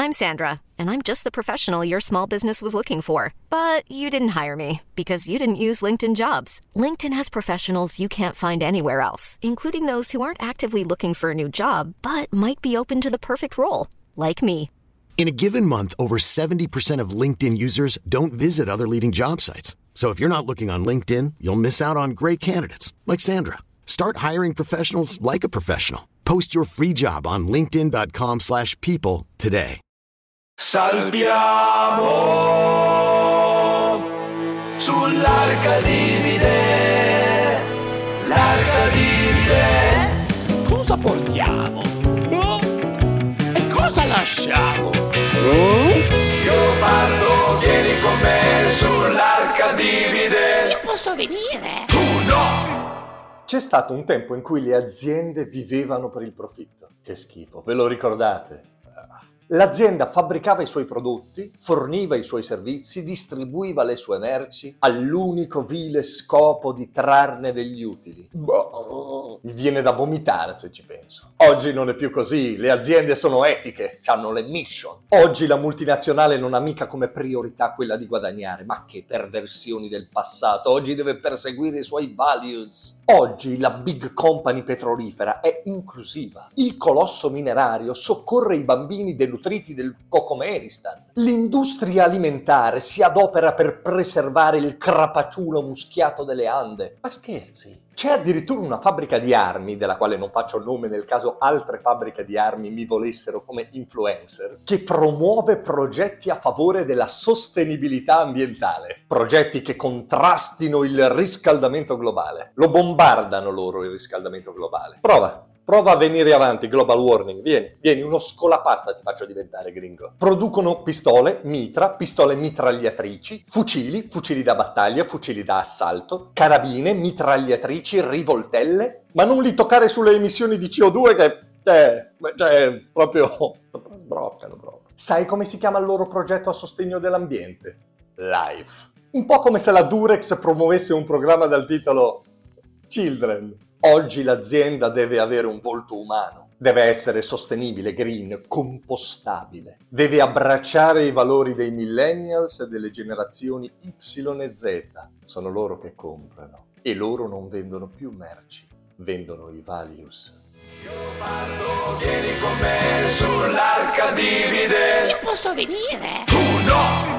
I'm Sandra, and I'm just the professional your small business was looking for. But you didn't hire me because you didn't use LinkedIn Jobs. LinkedIn has professionals you can't find anywhere else, including those who aren't actively looking for a new job, but might be open to the perfect role, like me. In a given month, over 70% of LinkedIn users don't visit other leading job sites. So if you're not looking on LinkedIn, you'll miss out on great candidates like Sandra. Start hiring professionals like a professional. Post your free job on linkedin.com/people today. Salviamo sull'Arcadivide, l'Arcadivide. Cosa portiamo? E cosa lasciamo? Io parlo, vieni con me sull'Arcadivide. Io posso venire? Tu no! C'è stato un tempo in cui le aziende vivevano per il profitto. Che schifo, ve lo ricordate? L'azienda fabbricava i suoi prodotti, forniva i suoi servizi, distribuiva le sue merci all'unico vile scopo di trarne degli utili. Mi viene da vomitare se ci penso. Oggi non è più così, le aziende sono etiche, hanno le mission. Oggi la multinazionale non ha mica come priorità quella di guadagnare, ma che perversioni del passato. Oggi deve perseguire i suoi values. Oggi la big company petrolifera è inclusiva. Il colosso minerario soccorre i bambini denutriti del Cocomeristan. L'industria alimentare si adopera per preservare il crapacciulo muschiato delle Ande. Ma scherzi? C'è addirittura una fabbrica di armi, della quale non faccio il nome nel caso altre fabbriche di armi mi volessero come influencer, che promuove progetti a favore della sostenibilità ambientale. Progetti che contrastino il riscaldamento globale. Lo bombardano loro il riscaldamento globale. Prova a venire avanti, global warming, vieni, uno scolapasta ti faccio diventare, gringo. Producono pistole mitragliatrici, fucili da battaglia, fucili da assalto, carabine, mitragliatrici, rivoltelle, ma non li toccare sulle emissioni di CO2 che, proprio sbroccano proprio. Sai come si chiama il loro progetto a sostegno dell'ambiente? Life. Un po' come se la Durex promuovesse un programma dal titolo Children. Oggi l'azienda deve avere un volto umano, deve essere sostenibile, green, compostabile, deve abbracciare i valori dei millennials e delle generazioni Y e Z. Sono loro che comprano e loro non vendono più merci, vendono i values. Io parlo, vieni con me sull'Arcadivide. Io posso venire? Tu no!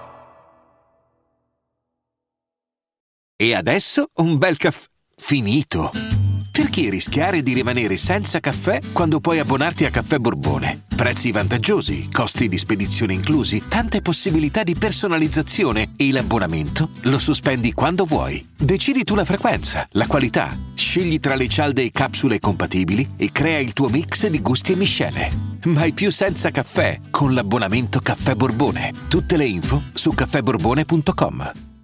E adesso un bel caffè finito. Perché rischiare di rimanere senza caffè quando puoi abbonarti a Caffè Borbone? Prezzi vantaggiosi, costi di spedizione inclusi, tante possibilità di personalizzazione e l'abbonamento lo sospendi quando vuoi. Decidi tu la frequenza, la qualità, scegli tra le cialde e capsule compatibili e crea il tuo mix di gusti e miscele. Mai più senza caffè con l'abbonamento Caffè Borbone. Tutte le info su caffèborbone.com.